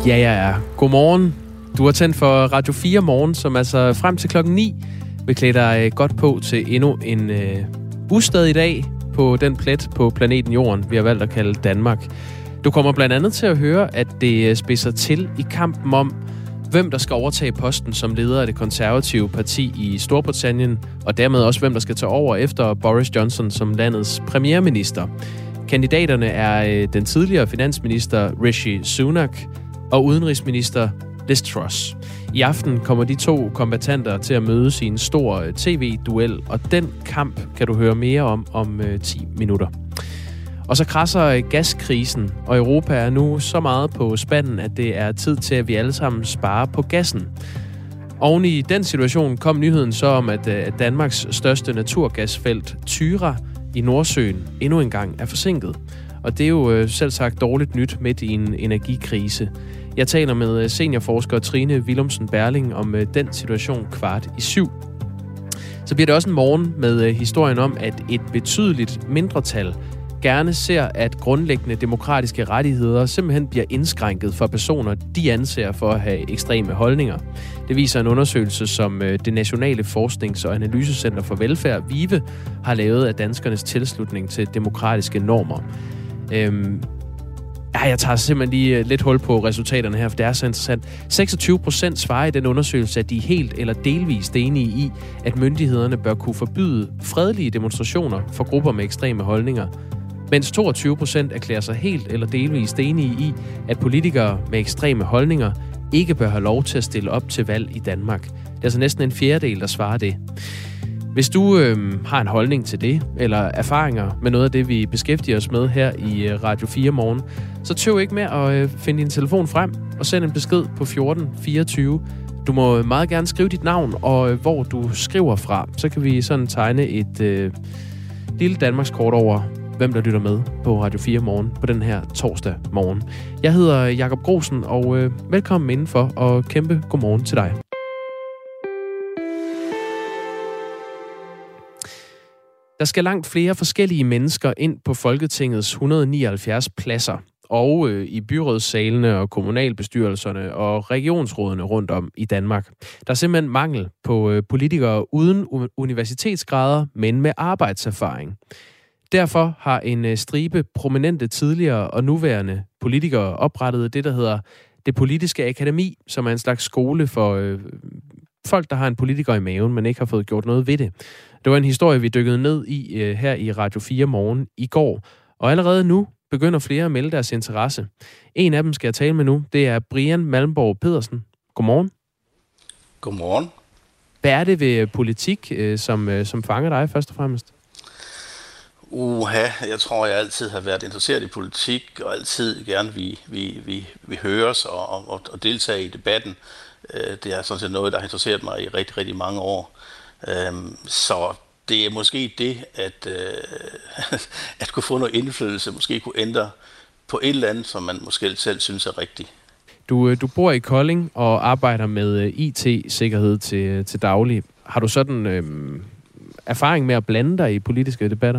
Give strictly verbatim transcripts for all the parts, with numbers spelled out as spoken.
Ja, ja, ja. Godmorgen. Du har tændt for Radio fire Morgen, som altså frem til klokken ni vil klæde dig godt på til endnu en øh, ustadig dag på den plet på planeten Jorden, vi har valgt at kalde Danmark. Du kommer blandt andet til at høre, at det spidser til i kampen om, hvem der skal overtage posten som leder af det konservative parti i Storbritannien, og dermed også, hvem der skal tage over efter Boris Johnson som landets premierminister. Kandidaterne er den tidligere finansminister Rishi Sunak og udenrigsminister Liz Truss. I aften kommer de to kombattanter til at mødes i en stor tv-duel, og den kamp kan du høre mere om om ti minutter. Og så krasser gaskrisen, og Europa er nu så meget på spanden, at det er tid til, at vi alle sammen sparer på gassen. Oven i den situation kom nyheden så om, at Danmarks største naturgasfelt, Tyra, i Nordsøen, endnu engang er forsinket. Og det er jo selv sagt dårligt nyt midt i en energikrise. Jeg taler med seniorforsker Trine Willumsen Berling om den situation kvart i syv. Så bliver det også en morgen med historien om, at et betydeligt mindretal gerne ser, at grundlæggende demokratiske rettigheder simpelthen bliver indskrænket for personer, de anser for at have ekstreme holdninger. Det viser en undersøgelse, som det Nationale Forsknings- og Analysecenter for Velfærd, VIVE, har lavet af danskernes tilslutning til demokratiske normer. Øhm, ja, jeg tager simpelthen lige lidt hul på resultaterne her, for det er så interessant. seksogtyve procent svarer i den undersøgelse, at de er helt eller delvist enige i, at myndighederne bør kunne forbyde fredelige demonstrationer for grupper med ekstreme holdninger, mens toogtyve procent erklærer sig helt eller delvist enige i, at politikere med ekstreme holdninger ikke bør have lov til at stille op til valg i Danmark. Det er altså næsten en fjerdedel, der svarer det. Hvis du øh, har en holdning til det, eller erfaringer med noget af det, vi beskæftiger os med her i øh, Radio fire Morgen, så tøv ikke med at øh, finde din telefon frem og send en besked på fjorten fireogtyve. Du må meget gerne skrive dit navn og øh, hvor du skriver fra. Så kan vi sådan tegne et øh, lille Danmarkskort over, hvem der lytter med på Radio fire Morgen på den her torsdag morgen. Jeg hedder Jakob Grosen, og øh, velkommen indenfor, og kæmpe godmorgen til dig. Der skal langt flere forskellige mennesker ind på Folketingets et hundrede og nioghalvfjerds pladser, og øh, i byrådssalene og kommunalbestyrelserne og regionsrådene rundt om i Danmark. Der er simpelthen mangel på øh, politikere uden u- universitetsgrader, men med arbejdserfaring. Derfor har en stribe prominente tidligere og nuværende politikere oprettet det, der hedder Det Politiske Akademi, som er en slags skole for øh, folk, der har en politiker i maven, men ikke har fået gjort noget ved det. Det var en historie, vi dykkede ned i øh, her i Radio fire Morgen i går, og allerede nu begynder flere at melde deres interesse. En af dem skal jeg tale med nu, det er Brian Malmborg Pedersen. Godmorgen. Godmorgen. Hvad er det ved politik, øh, som, øh, som fanger dig først og fremmest? Uha, jeg tror, jeg altid har været interesseret i politik, og altid gerne vi, vi, vi, vi høres og, og, og deltage i debatten. Det er sådan set noget, der har interesseret mig i rigtig, rigtig mange år. Så det er måske det, at, at kunne få noget indflydelse, måske kunne ændre på et eller andet, som man måske selv synes er rigtigt. Du, du bor i Kolding og arbejder med I T-sikkerhed til, til daglig. Har du sådan øhm, erfaring med at blande dig i politiske debatter?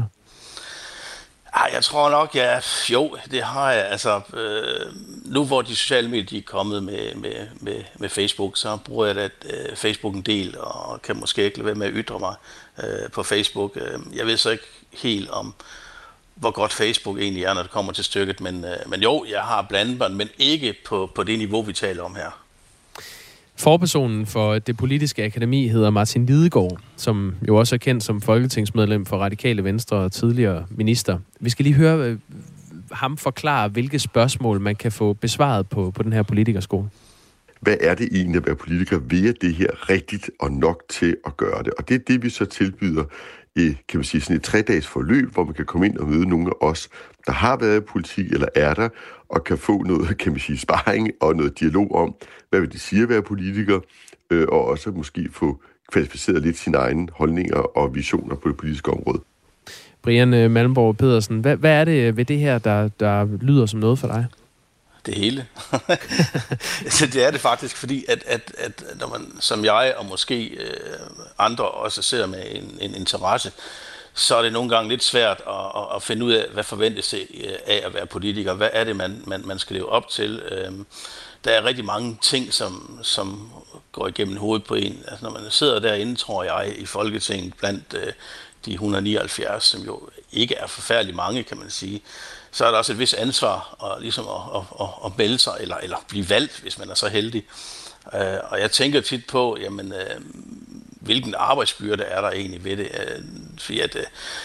Ej, jeg tror nok, ja, jo, det har jeg. Altså, øh, nu hvor de sociale medier de er kommet med, med, med, med Facebook, så bruger jeg da øh, Facebook en del, og kan måske ikke lade være med at ytre mig øh, på Facebook. Jeg ved så ikke helt om, hvor godt Facebook egentlig er, når det kommer til stykket, men, øh, men jo, jeg har blandet mig, men ikke på, på det niveau, vi taler om her. Forpersonen for Det Politiske Akademi hedder Martin Lidegaard, som jo også er kendt som folketingsmedlem for Radikale Venstre og tidligere minister. Vi skal lige høre øh, ham forklare, hvilke spørgsmål man kan få besvaret på, på den her politikerskole. Hvad er det egentlig at være politiker? Vil det her rigtigt og nok til at gøre det? Og det er det, vi så tilbyder i, kan man sige, sådan et tre-dages forløb, hvor man kan komme ind og møde nogle af os, der har været i politik eller er der, og kan få noget, kan man sige, sparring og noget dialog om, hvad vil det sige at være politiker, øh, og også måske få kvalificeret lidt sine egne holdninger og visioner på det politiske område. Brian Malmborg Pedersen, hvad, hvad er det ved det her, der, der lyder som noget for dig? Det hele. Det er det faktisk, fordi at, at, at når man, som jeg og måske øh, andre også ser med en, en interesse, så er det nogle gange lidt svært at, at, at finde ud af, hvad forventes det af at være politiker. Hvad er det, man, man, man skal leve op til? Øhm, der er rigtig mange ting, som, som går igennem hovedet på en. Altså, når man sidder derinde, tror jeg, i Folketinget blandt øh, de et hundrede og nioghalvfjerds, som jo ikke er forfærdeligt mange, kan man sige, så er der også et vis ansvar at, ligesom at, at, at, at melde sig, eller, eller blive valgt, hvis man er så heldig. Uh, og jeg tænker tit på, jamen, uh, hvilken arbejdsbyrde er der egentlig ved det? Uh, fordi at,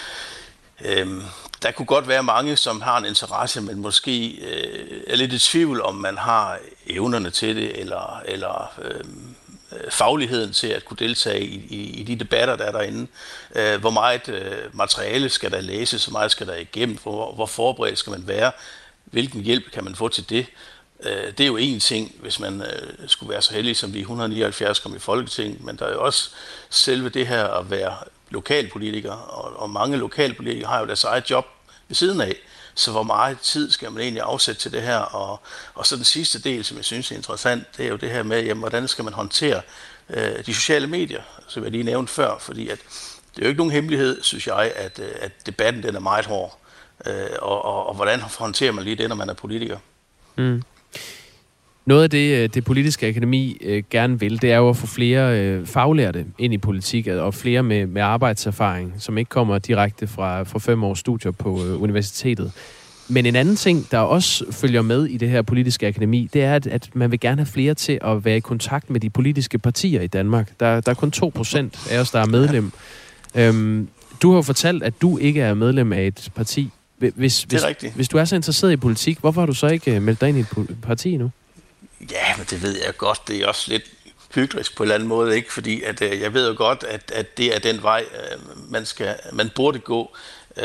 uh, um, der kunne godt være mange, som har en interesse, men måske uh, er lidt i tvivl, om man har evnerne til det, eller, eller uh, fagligheden til at kunne deltage i, i, i de debatter, der er derinde. Uh, hvor meget uh, materiale skal der læses, hvor meget skal der igennem, hvor, hvor forberedt skal man være, hvilken hjælp kan man få til det? Det er jo en ting, hvis man øh, skulle være så heldig, som de et hundrede og nioghalvfjerds kom i Folketinget, men der er jo også selve det her at være lokalpolitiker, og, og mange lokalpolitikere har jo deres eget job ved siden af, så hvor meget tid skal man egentlig afsætte til det her? Og, og så den sidste del, som jeg synes er interessant, det er jo det her med, jamen, hvordan skal man håndtere øh, de sociale medier, som jeg lige nævnte før, fordi at det er jo ikke nogen hemmelighed, synes jeg, at, at debatten den er meget hård, øh, og, og, og hvordan håndterer man lige det, når man er politiker? Mm. Noget af det, det politiske akademi øh, gerne vil, det er jo at få flere øh, faglærte ind i politik, og flere med, med arbejdserfaring, som ikke kommer direkte fra, fra fem års studier på øh, universitetet. Men en anden ting, der også følger med i det her politiske akademi, det er, at, at man vil gerne have flere til at være i kontakt med de politiske partier i Danmark. Der, der er kun to procent af os, der er medlem. Øhm, du har jo fortalt, at du ikke er medlem af et parti. Hvis, hvis, hvis du er så interesseret i politik, hvorfor har du så ikke meldt dig ind i et parti nu? Ja, men det ved jeg godt. Det er også lidt hyklerisk på en eller anden måde, ikke? Fordi at, øh, jeg ved jo godt, at, at det er den vej, øh, man, skal, man burde gå. Øh,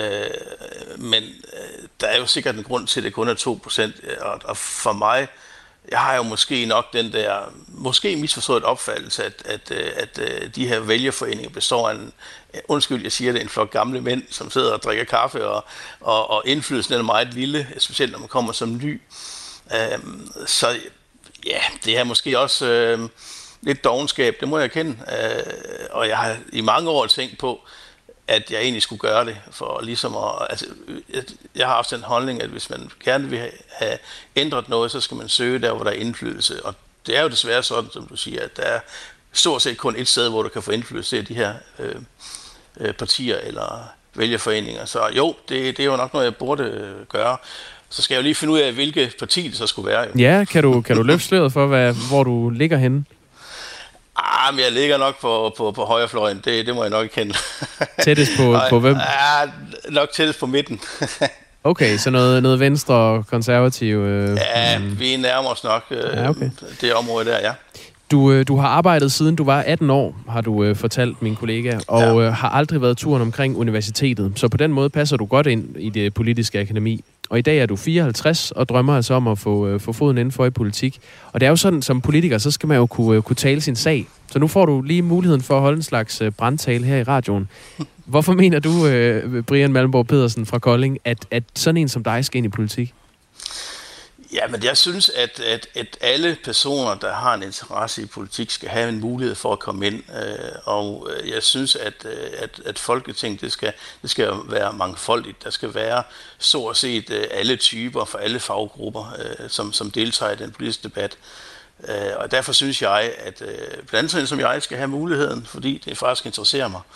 men øh, der er jo sikkert en grund til, at det kun er to procent. Og, og for mig, jeg har jo måske nok den der, måske misforstået opfattelse, at, at, at, at de her vælgerforeninger består af en, undskyld, jeg siger det, en flok gamle mænd, som sidder og drikker kaffe, og, og, og indflydelsen er meget lille, specielt når man kommer som ny. Øh, så ja, det er måske også øh, lidt dovenskab, det må jeg kende. Øh, og jeg har i mange år tænkt på, at jeg egentlig skulle gøre det, for ligesom at, altså, jeg har haft en holdning, at hvis man gerne vil have, have ændret noget, så skal man søge der, hvor der er indflydelse. Og det er jo desværre sådan, som du siger, at der er stort set kun et sted, hvor du kan få indflydelse, det er de her øh, øh, partier eller vælgerforeninger. Så jo, det, det er jo nok noget, jeg burde øh, gøre. Så skal jeg jo lige finde ud af, hvilke parti det så skulle være. Jo. Ja, kan du, kan du løfte sløret for, hvad, hvor du ligger henne? Ah, men jeg ligger nok på, på, på højrefløjen. Det, det må jeg nok kende. Tættest på, og, på hvem? Ja, nok tættest på midten. Okay, så noget, noget venstre og konservativ? Øh, ja, mm. vi nærmer os nok øh, ja, okay. det område der, ja. Du, øh, du har arbejdet siden du var atten år, har du øh, fortalt min kollega, og ja. øh, har aldrig været turen omkring universitetet. Så på den måde passer du godt ind i det politiske akademi. Og i dag er du fireoghalvtreds og drømmer altså om at få, øh, få foden indenfor i politik. Og det er jo sådan, som politiker, så skal man jo kunne, øh, kunne tale sin sag. Så nu får du lige muligheden for at holde en slags øh, brandtale her i radioen. Hvorfor mener du, øh, Brian Malmborg Pedersen fra Kolding, at, at sådan en som dig skal ind i politik? Ja, men jeg synes, at, at, at alle personer, der har en interesse i politik, skal have en mulighed for at komme ind. Og jeg synes, at, at, at Folketinget, det skal, det skal være mangfoldigt. Der skal være så at set alle typer for alle faggrupper, som, som deltager i den politiske debat. Og derfor synes jeg, at blandt andet som jeg skal have muligheden, fordi det faktisk interesserer mig.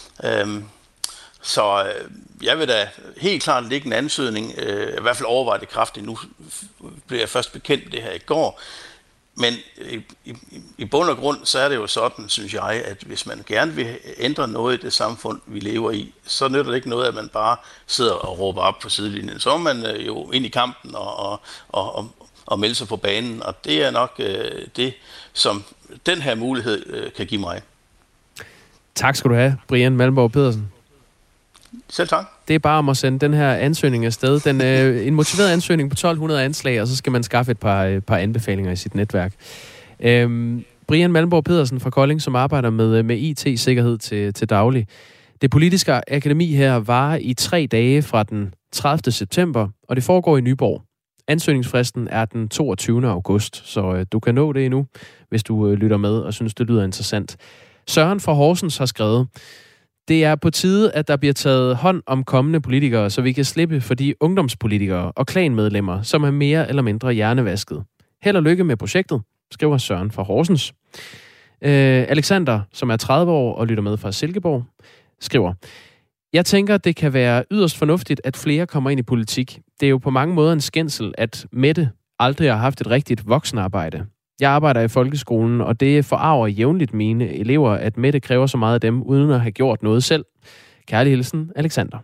Så øh, jeg vil da helt klart lægge en ansøgning, øh, i hvert fald overveje det kraftigt. Nu blev jeg først bekendt med det her i går. Men i, i, i bund og grund, så er det jo sådan, synes jeg, at hvis man gerne vil ændre noget i det samfund, vi lever i, så nytter det ikke noget, at man bare sidder og råber op på sidelinjen. Så er man øh, jo ind i kampen og, og, og, og, og melde sig på banen, og det er nok øh, det, som den her mulighed øh, kan give mig. Tak skal du have, Brian Malmborg Pedersen. Selv tak. Det er bare om at sende den her ansøgning afsted. Den, øh, en motiveret ansøgning på tolv hundrede anslag, og så skal man skaffe et par, øh, par anbefalinger i sit netværk. Øhm, Brian Malmborg Pedersen fra Kolding, som arbejder med, med I T-sikkerhed til, til daglig. Det politiske akademi her varer i tre dage fra den tredivte september, og det foregår i Nyborg. Ansøgningsfristen er den toogtyvende august, så øh, du kan nå det endnu, hvis du øh, lytter med og synes, det lyder interessant. Søren fra Horsens har skrevet: Det er på tide, at der bliver taget hånd om kommende politikere, så vi kan slippe for de ungdomspolitikere og klanmedlemmer, som er mere eller mindre hjernevasket. Held og lykke med projektet, skriver Søren fra Horsens. Øh, Alexander, som er tredive år og lytter med fra Silkeborg, skriver: Jeg tænker, det kan være yderst fornuftigt, at flere kommer ind i politik. Det er jo på mange måder en skændsel, at Mette aldrig har haft et rigtigt voksenarbejde. Jeg arbejder i folkeskolen, og det forarver jævnligt mine elever, at Mette kræver så meget af dem, uden at have gjort noget selv. Kærlig hilsen, Alexander.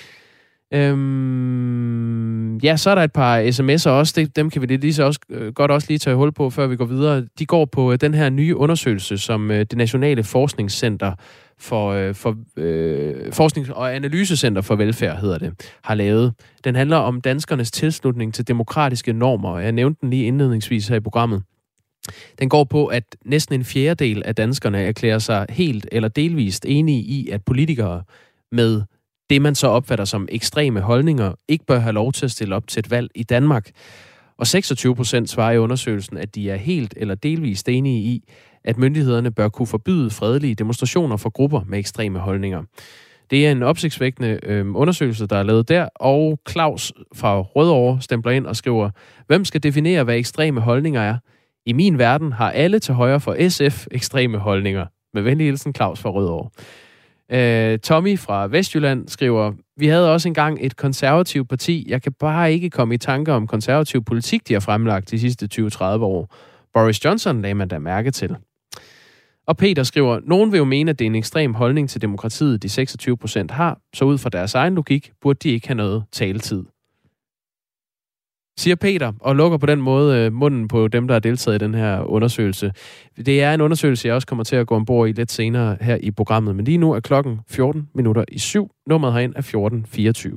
Øhm, ja, så er der et par sms'er også. Det, dem kan vi lige så også, øh, godt også lige tage hul på, før vi går videre. De går på øh, den her nye undersøgelse, som øh, det Nationale Forskningscenter for, øh, for øh, Forsknings- og Analysecenter for Velfærd, hedder det, har lavet. Den handler om danskernes tilslutning til demokratiske normer. Jeg nævnte den lige indledningsvis her i programmet. Den går på, at næsten en fjerdedel af danskerne erklærer sig helt eller delvist enige i, at politikere med det, man så opfatter som ekstreme holdninger, ikke bør have lov til at stille op til et valg i Danmark. Og seksogtyve procent svarer i undersøgelsen, at de er helt eller delvist enige i, at myndighederne bør kunne forbyde fredelige demonstrationer for grupper med ekstreme holdninger. Det er en opsigtsvækkende øh, undersøgelse, der er lavet der, og Claus fra Rødovre stempler ind og skriver: Hvem skal definere, hvad ekstreme holdninger er? I min verden har alle til højre for S F ekstreme holdninger. Med venlig hilsen, Claus fra Rødovre. Øh, Tommy fra Vestjylland skriver: Vi havde også engang et konservativt parti. Jeg kan bare ikke komme i tanker om konservativ politik, de har fremlagt de sidste tyve til tredive år. Boris Johnson lagde man da mærke til. Og Peter skriver: Nogen vil jo mene, at det er en ekstrem holdning til demokratiet, de seksogtyve procent har, så ud fra deres egen logik burde de ikke have noget taletid. Siger Peter, og lukker på den måde munden på dem, der har deltaget i den her undersøgelse. Det er en undersøgelse, jeg også kommer til at gå ombord i lidt senere her i programmet, men lige nu er klokken fjorten minutter i syv. Nummeret herind er fjorten fireogtyve.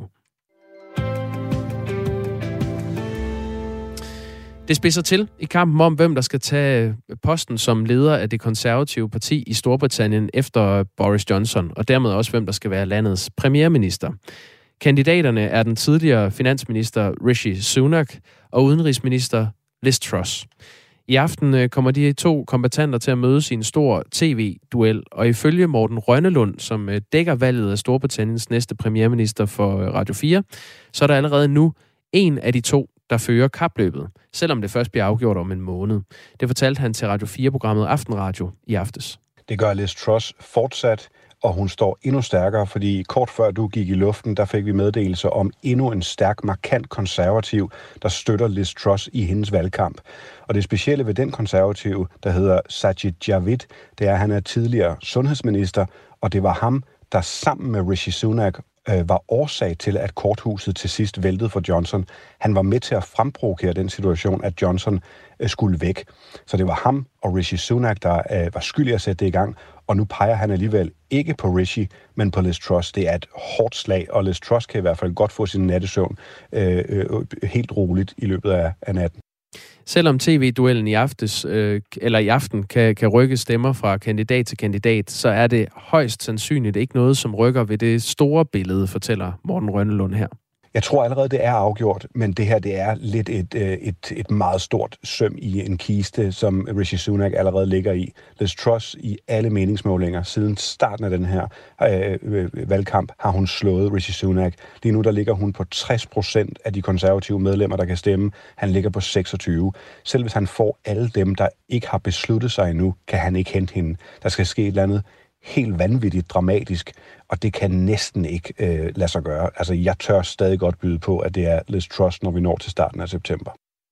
Det spidser til i kampen om, hvem der skal tage posten som leder af det konservative parti i Storbritannien efter Boris Johnson, og dermed også, hvem der skal være landets premierminister. Kandidaterne er den tidligere finansminister Rishi Sunak og udenrigsminister Liz Truss. I aften kommer de to kombattanter til at mødes i en stor tv-duel, og ifølge Morten Rønnelund, som dækker valget af Storbritanniens næste premierminister for Radio fire, så er der allerede nu en af de to, der fører kapløbet, selvom det først bliver afgjort om en måned. Det fortalte han til Radio fire-programmet Aftenradio i aftes. Det gør Liz Truss fortsat, og hun står endnu stærkere, fordi kort før du gik i luften, der fik vi meddelelse om endnu en stærk, markant konservativ, der støtter Liz Truss i hendes valgkamp. Og det specielle ved den konservative, der hedder Sajid Javid, det er, at han er tidligere sundhedsminister, og det var ham, der sammen med Rishi Sunak øh, var årsag til, at korthuset til sidst væltede for Johnson. Han var med til at fremprovokere den situation, at Johnson øh, skulle væk. Så det var ham og Rishi Sunak, der øh, var skyldig at sætte det i gang, og nu peger han alligevel ikke på Rishi, men på Liz Truss. Det er et hårdt slag, og Liz Truss kan i hvert fald godt få sin nattesøvn øh, øh, helt roligt i løbet af, af natten. Selvom tv-duellen i aftes øh, eller i aften kan, kan rykke stemmer fra kandidat til kandidat, så er det højst sandsynligt ikke noget, som rykker ved det store billede, fortæller Morten Rønnelund her. Jeg tror allerede, det er afgjort, men det her det er lidt et, et, et meget stort søm i en kiste, som Rishi Sunak allerede ligger i. Liz Truss i alle meningsmålinger siden starten af den her øh, valgkamp har hun slået Rishi Sunak. Lige nu der ligger hun på tres procent af de konservative medlemmer, der kan stemme. Han ligger på seksogtyve. Selv hvis han får alle dem, der ikke har besluttet sig endnu, kan han ikke hente hende. Der skal ske et eller andet helt vanvittigt dramatisk, og det kan næsten ikke øh, lade sig gøre. Altså, jeg tør stadig godt byde på, at det er Liz Truss, når vi når til starten af september.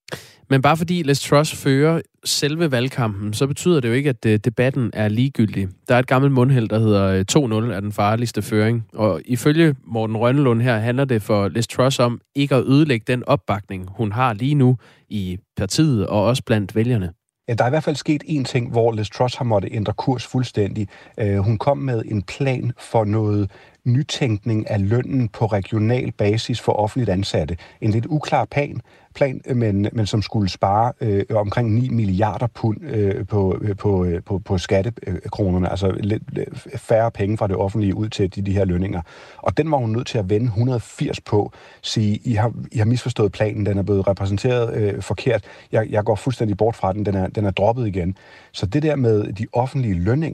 Men bare fordi Liz Truss fører selve valgkampen, så betyder det jo ikke, at debatten er ligegyldig. Der er et gammelt mundheld, der hedder to nul er den farligste føring. Og ifølge Morten Rønnelund her handler det for Liz Truss om ikke at ødelægge den opbakning, hun har lige nu i partiet og også blandt vælgerne. Ja, der er i hvert fald sket en ting, hvor Liz Truss har måttet ændre kurs fuldstændig. Uh, hun kom med en plan for noget nytænkning af lønnen på regional basis for offentligt ansatte. En lidt uklar plan, plan men, men som skulle spare øh, omkring ni milliarder pund øh, på, på, på, på skattekronerne, altså lidt færre penge fra det offentlige ud til de, de her lønninger. Og den var hun nødt til at vende et hundrede og firs på, sige, I har, I har misforstået planen, den er blevet repræsenteret øh, forkert, jeg, jeg går fuldstændig bort fra den, den er, den er droppet igen. Så det der med de offentlige lønninger,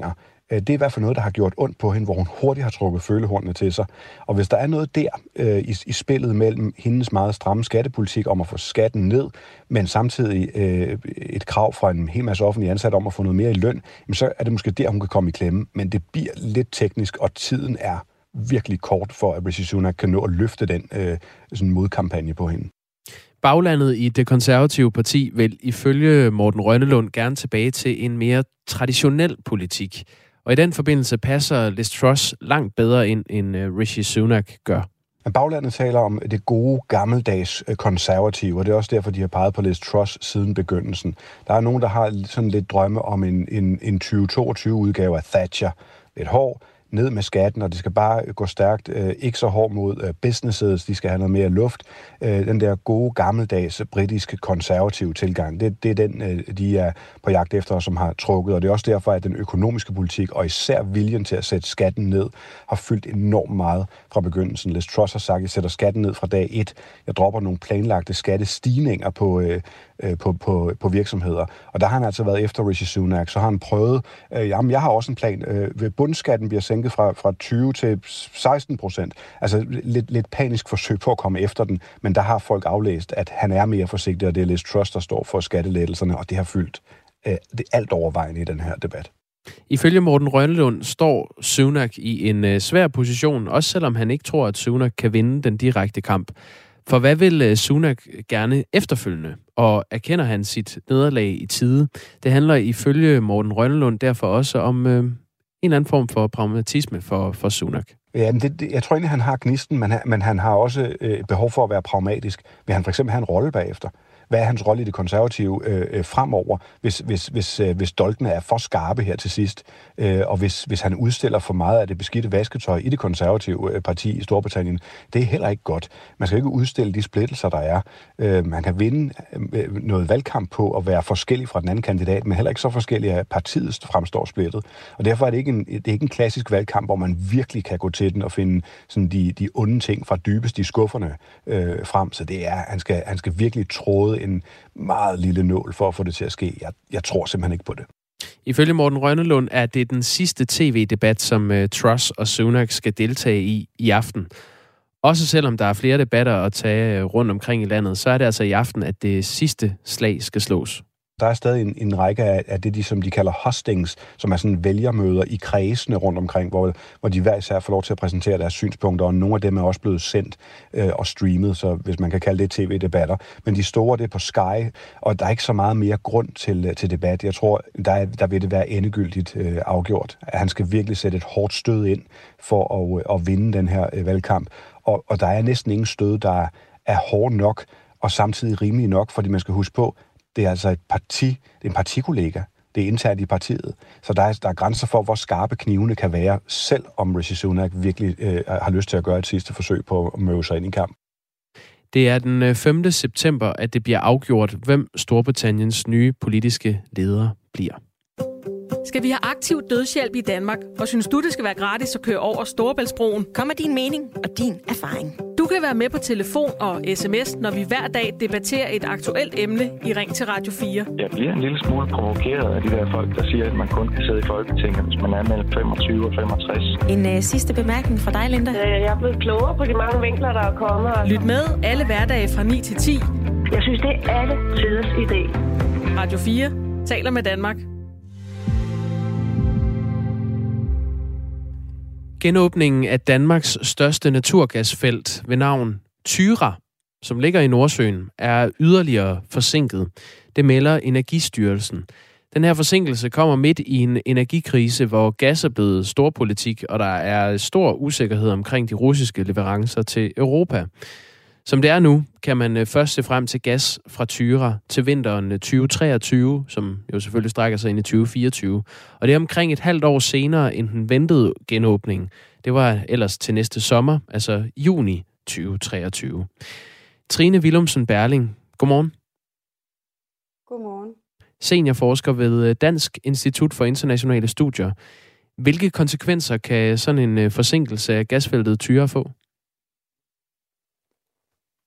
Det er i hvert fald noget, der har gjort ondt på hende, hvor hun hurtigt har trukket følehornene til sig. Og hvis der er noget der øh, i, i spillet mellem hendes meget stramme skattepolitik om at få skatten ned, men samtidig øh, et krav fra en hel masse offentlige ansatte om at få noget mere i løn, jamen så er det måske der, hun kan komme i klemme. Men det bliver lidt teknisk, og tiden er virkelig kort for, at Rishi Sunak kan nå at løfte den øh, sådan modkampagne på hende. Baglandet i det konservative parti vil ifølge Morten Rønnelund gerne tilbage til en mere traditionel politik. Og i den forbindelse passer Liz Truss langt bedre ind, end Rishi Sunak gør. Baglandet taler om det gode, gammeldags konservative, og det er også derfor, de har peget på Liz Truss siden begyndelsen. Der er nogen, der har sådan lidt drømme om en, en, en tyve toogtyve-udgave af Thatcher. Lidt hård, ned med skatten, og det skal bare gå stærkt. Øh, ikke så hård mod øh, businesses, de skal have noget mere luft. Øh, den der gode, gammeldags, britiske, konservative tilgang, det, det er den, øh, de er på jagt efter, som har trukket, og det er også derfor, at den økonomiske politik, og især viljen til at sætte skatten ned, har fyldt enormt meget fra begyndelsen. Liz Truss har sagt, at jeg sætter skatten ned fra dag et. Jeg dropper nogle planlagte skattestigninger på, øh, på, på, på virksomheder. Og der har han altså været efter Rishi Sunak, så har han prøvet, øh, jamen jeg har også en plan, øh, ved bundskatten bliver sænket fra, fra tyve til seksten procent. Altså lidt, lidt panisk forsøg på at komme efter den, men der har folk aflæst, at han er mere forsigtig, og det er Liz Truss, der står for skattelettelserne, og det har fyldt øh, det alt overvejende i den her debat. Ifølge Morten Rønnelund står Sunak i en øh, svær position, også selvom han ikke tror, at Sunak kan vinde den direkte kamp. For hvad vil Sunak gerne efterfølgende? Og erkender han sit nederlag i tide? Det handler ifølge Morten Rønnelund derfor også om øh, en eller anden form for pragmatisme for, for Sunak. Ja, men det, det, jeg tror egentlig, han har gnisten, men han, men han har også øh, behov for at være pragmatisk. Vil han for eksempel have en rolle bagefter? Hvad er hans rolle i det konservative øh, fremover, hvis, hvis, hvis, øh, hvis dolkene er for skarpe her til sidst, øh, og hvis, hvis han udstiller for meget af det beskidte vasketøj i det konservative øh, parti i Storbritannien? Det er heller ikke godt. Man skal ikke udstille de splittelser, der er. Øh, man kan vinde øh, noget valgkamp på at være forskellig fra den anden kandidat, men heller ikke så forskellig, at partiet fremstår splittet. Og derfor er det ikke en, det er ikke en klassisk valgkamp, hvor man virkelig kan gå til den og finde sådan de, de onde ting fra dybest i skufferne øh, frem. Så det er, han skal, han skal virkelig tråde en meget lille nål for at få det til at ske. Jeg, jeg tror simpelthen ikke på det. Ifølge Morten Rønnelund er det den sidste tv-debat, som uh, Truss og Sunak skal deltage i i aften. Også selvom der er flere debatter at tage rundt omkring i landet, så er det altså i aften, at det sidste slag skal slås. Der er stadig en, en række af, af det, de, som de kalder hustings, som er sådan vælgermøder i kredsene rundt omkring, hvor, hvor de hver især får lov til at præsentere deres synspunkter, og nogle af dem er også blevet sendt øh, og streamet, så hvis man kan kalde det tv-debatter. Men de store, det er på Sky, og der er ikke så meget mere grund til, til debat. Jeg tror, der, er, der vil det være endegyldigt øh, afgjort. Han skal virkelig sætte et hårdt stød ind for at, at vinde den her øh, valgkamp, og, og der er næsten ingen stød, der er hård nok, og samtidig rimelig nok, fordi man skal huske på, det er altså et parti, det er en partikollega. Det er internt i partiet. Så der er, der er grænser for, hvor skarpe knivene kan være, selv om Rishi Sunak virkelig øh, har lyst til at gøre et sidste forsøg på at møde sig ind i kamp. Det er den femte september, at det bliver afgjort, hvem Storbritanniens nye politiske leder bliver. Skal vi have aktiv dødshjælp i Danmark, og synes du, det skal være gratis at køre over Storebæltsbroen? Kom med din mening og din erfaring. Du kan være med på telefon og sms, når vi hver dag debatterer et aktuelt emne i Ring til Radio fire. Jeg bliver en lille smule provokeret af de der folk, der siger, at man kun kan sidde i Folketinget, hvis man er mellem femogtyve og femogtres. En øh, sidste bemærkning fra dig, Linda. Jeg er blevet klogere på de mange vinkler, der er kommet. Lyt med alle hverdage fra ni til ti. Jeg synes, det er alle tiders idé. Radio fire taler med Danmark. Genåbningen af Danmarks største naturgasfelt ved navn Tyra, som ligger i Nordsøen, er yderligere forsinket. Det melder Energistyrelsen. Den her forsinkelse kommer midt i en energikrise, hvor gas er blevet storpolitik, og der er stor usikkerhed omkring de russiske leverancer til Europa. Som det er nu, kan man først se frem til gas fra Tyra til vinteren tyve treogtyve, som jo selvfølgelig strækker sig ind i tyve fireogtyve. Og det er omkring et halvt år senere end den ventede genåbning. Det var ellers til næste sommer, altså juni tyve treogtyve. Trine Willumsen Berling, godmorgen. Godmorgen. Seniorforsker ved Dansk Institut for Internationale Studier. Hvilke konsekvenser kan sådan en forsinkelse af gasfeltet Tyra få?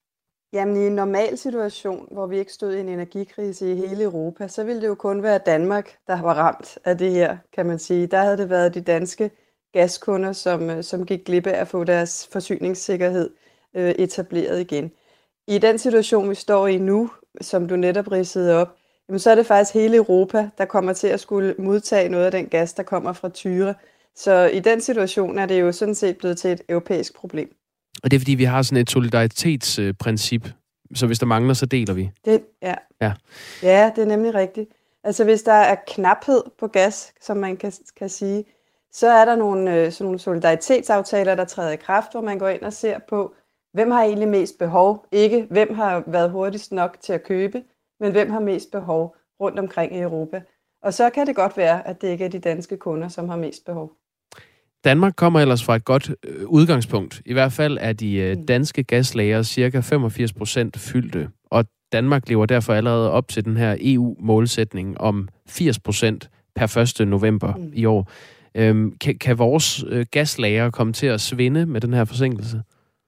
Jamen i en normal situation, hvor vi ikke stod i en energikrise i hele Europa, så ville det jo kun være Danmark, der var ramt af det her, kan man sige. Der havde det været de danske gaskunder, som, som gik glip af at få deres forsyningssikkerhed øh, etableret igen. I den situation, vi står i nu, som du netop ridsede op, jamen, så er det faktisk hele Europa, der kommer til at skulle modtage noget af den gas, der kommer fra Tyre. Så i den situation er det jo sådan set blevet til et europæisk problem. Og det er fordi, vi har sådan et solidaritetsprincip, så hvis der mangler, så deler vi. Det, ja. Ja. ja, det er nemlig rigtigt. Altså hvis der er knaphed på gas, som man kan, kan sige, så er der nogle, øh, sådan nogle solidaritetsaftaler, der træder i kraft, hvor man går ind og ser på, hvem har egentlig mest behov. Ikke hvem har været hurtigst nok til at købe, men hvem har mest behov rundt omkring i Europa. Og så kan det godt være, at det ikke er de danske kunder, som har mest behov. Danmark kommer ellers fra et godt øh, udgangspunkt. I hvert fald er de øh, danske gaslager cirka femogfirs procent fyldte, og Danmark lever derfor allerede op til den her E U-målsætning om firs procent per første november mm. i år. Øhm, kan, kan vores øh, gaslager komme til at svinde med den her forsinkelse?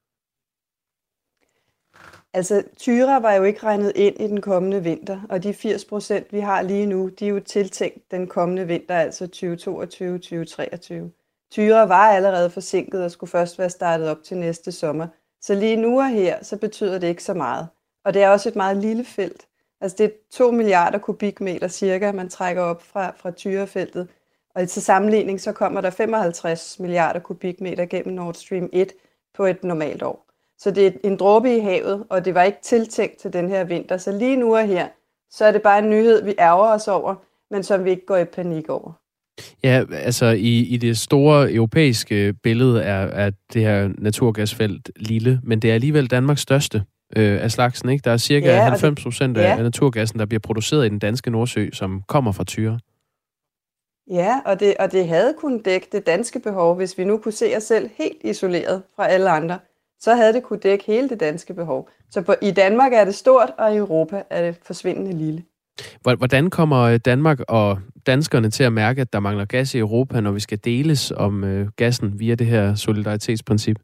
Altså, Tyra var jo ikke regnet ind i den kommende vinter, og de firs procent, vi har lige nu, de er jo tiltænkt den kommende vinter, altså tyve toogtyve til tyve treogtyve. Tyra var allerede forsinket og skulle først være startet op til næste sommer. Så lige nu og her, så betyder det ikke så meget. Og det er også et meget lille felt. Altså det er to milliarder kubikmeter cirka, man trækker op fra, fra Tyrafeltet. Og til sammenligning, så kommer der femoghalvtreds milliarder kubikmeter gennem Nord Stream et på et normalt år. Så det er en dråbe i havet, og det var ikke tiltænkt til den her vinter. Så lige nu og her, så er det bare en nyhed, vi ærger os over, men som vi ikke går i panik over. Ja, altså i, i det store europæiske billede er, er det her naturgasfelt lille, men det er alligevel Danmarks største øh, af slagsen, ikke? Der er cirka ja, halvfems procent af, ja. af naturgassen, der bliver produceret i den danske Nordsø, som kommer fra Tyre. Ja, og det, og det havde kunnet dække det danske behov, hvis vi nu kunne se os selv helt isoleret fra alle andre. Så havde det kunne dække hele det danske behov. Så på, i Danmark er det stort, og i Europa er det forsvindende lille. Hvordan kommer Danmark og danskerne til at mærke, at der mangler gas i Europa, når vi skal deles om øh, gassen via det her solidaritetsprincip?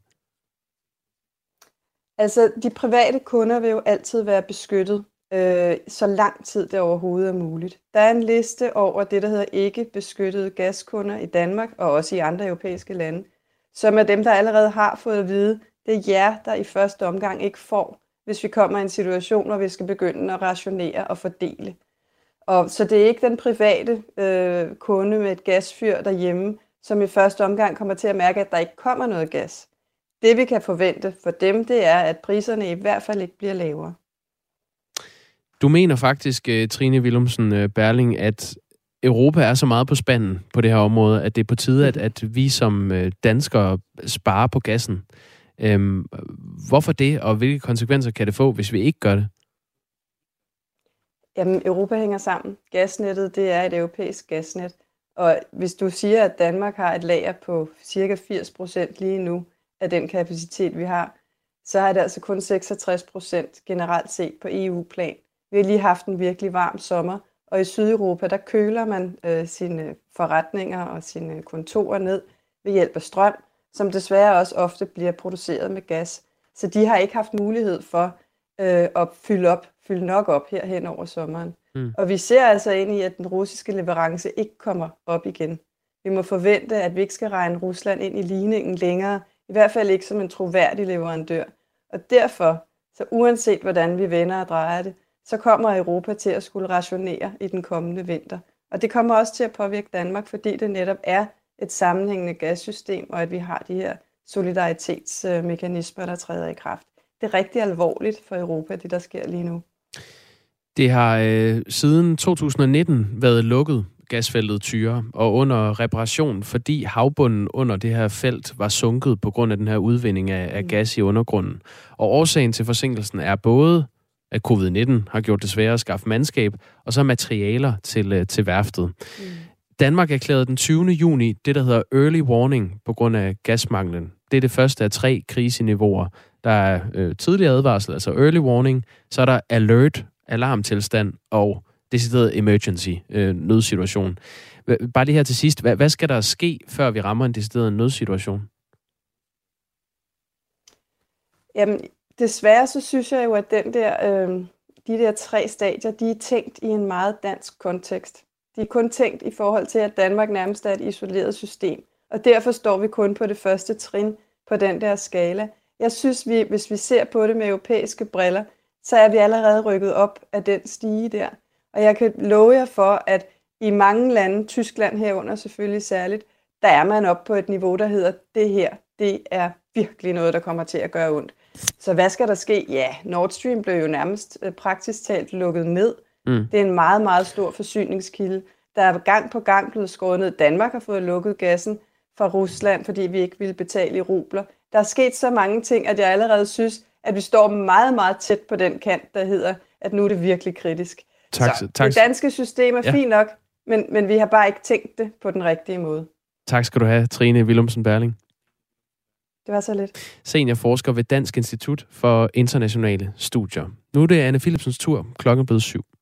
Altså, de private kunder vil jo altid være beskyttet, øh, så lang tid det overhovedet er muligt. Der er en liste over det, der hedder ikke beskyttede gaskunder i Danmark, og også i andre europæiske lande, som er dem, der allerede har fået at vide, det er jer, der i første omgang ikke får, hvis vi kommer i en situation, hvor vi skal begynde at rationere og fordele. Og så det er ikke den private øh, kunde med et gasfyr derhjemme, som i første omgang kommer til at mærke, at der ikke kommer noget gas. Det vi kan forvente for dem, det er, at priserne i hvert fald ikke bliver lavere. Du mener faktisk, Trine Willumsen Berling, at Europa er så meget på spanden på det her område, at det er på tide, at, at vi som danskere sparer på gassen. Øhm, hvorfor det, og hvilke konsekvenser kan det få, hvis vi ikke gør det? Jamen, Europa hænger sammen. Gasnettet, det er et europæisk gasnet. Og hvis du siger, at Danmark har et lager på cirka firs procent lige nu af den kapacitet, vi har, så har det altså kun seksogtres procent generelt set på E U-plan. Vi har lige haft en virkelig varm sommer, og i Sydeuropa, der køler man øh, sine forretninger og sine kontorer ned ved hjælp af strøm, som desværre også ofte bliver produceret med gas. Så de har ikke haft mulighed for øh, at fylde, op, fylde nok op her hen over sommeren. Mm. Og vi ser altså ind i, at den russiske leverance ikke kommer op igen. Vi må forvente, at vi ikke skal regne Rusland ind i ligningen længere, i hvert fald ikke som en troværdig leverandør. Og derfor, så uanset hvordan vi vender og drejer det, så kommer Europa til at skulle rationere i den kommende vinter. Og det kommer også til at påvirke Danmark, fordi det netop er et sammenhængende gassystem, og at vi har de her solidaritetsmekanismer, der træder i kraft. Det er rigtig alvorligt for Europa, det der sker lige nu. Det har øh, siden to tusind og nitten været lukket, gasfeltet Tyre, og under reparation, fordi havbunden under det her felt var sunket på grund af den her udvinding af, af gas i undergrunden. Og årsagen til forsinkelsen er både, at covid nitten har gjort det sværere at skaffe mandskab, og så materialer til, til værftet. Mm. Danmark erklærede den tyvende juni det, der hedder early warning på grund af gasmanglen. Det er det første af tre kriseniveauer. Der er øh, tidligere advarsel, altså early warning, så er der alert, alarmtilstand og decideret emergency, øh, nødsituation. Bare det her til sidst. Hvad, hvad skal der ske, før vi rammer en decideret nødsituation? Jamen, desværre så synes jeg jo, at den der, øh, de der tre stadier, de er tænkt i en meget dansk kontekst. De er kun tænkt i forhold til, at Danmark nærmest er et isoleret system. Og derfor står vi kun på det første trin på den der skala. Jeg synes, vi, hvis vi ser på det med europæiske briller, så er vi allerede rykket op af den stige der. Og jeg kan love jer for, at i mange lande, Tyskland herunder selvfølgelig særligt, der er man oppe på et niveau, der hedder, det her, det er virkelig noget, der kommer til at gøre ondt. Så hvad skal der ske? Ja, Nord Stream blev jo nærmest øh, praktisk talt lukket ned. Mm. Det er en meget, meget stor forsyningskilde. Der er gang på gang blevet skåret ned. Danmark har fået lukket gassen fra Rusland, fordi vi ikke ville betale i rubler. Der er sket så mange ting, at jeg allerede synes, at vi står meget, meget tæt på den kant, der hedder, at nu er det virkelig kritisk. Tak, så tak. Det danske system er ja. fint nok, men, men vi har bare ikke tænkt det på den rigtige måde. Tak skal du have, Trine Willumsen Berling. Det var så lidt. Seniorforsker ved Dansk Institut for Internationale Studier. Nu er det Anne Philipsens tur. Klokken er blevet syv.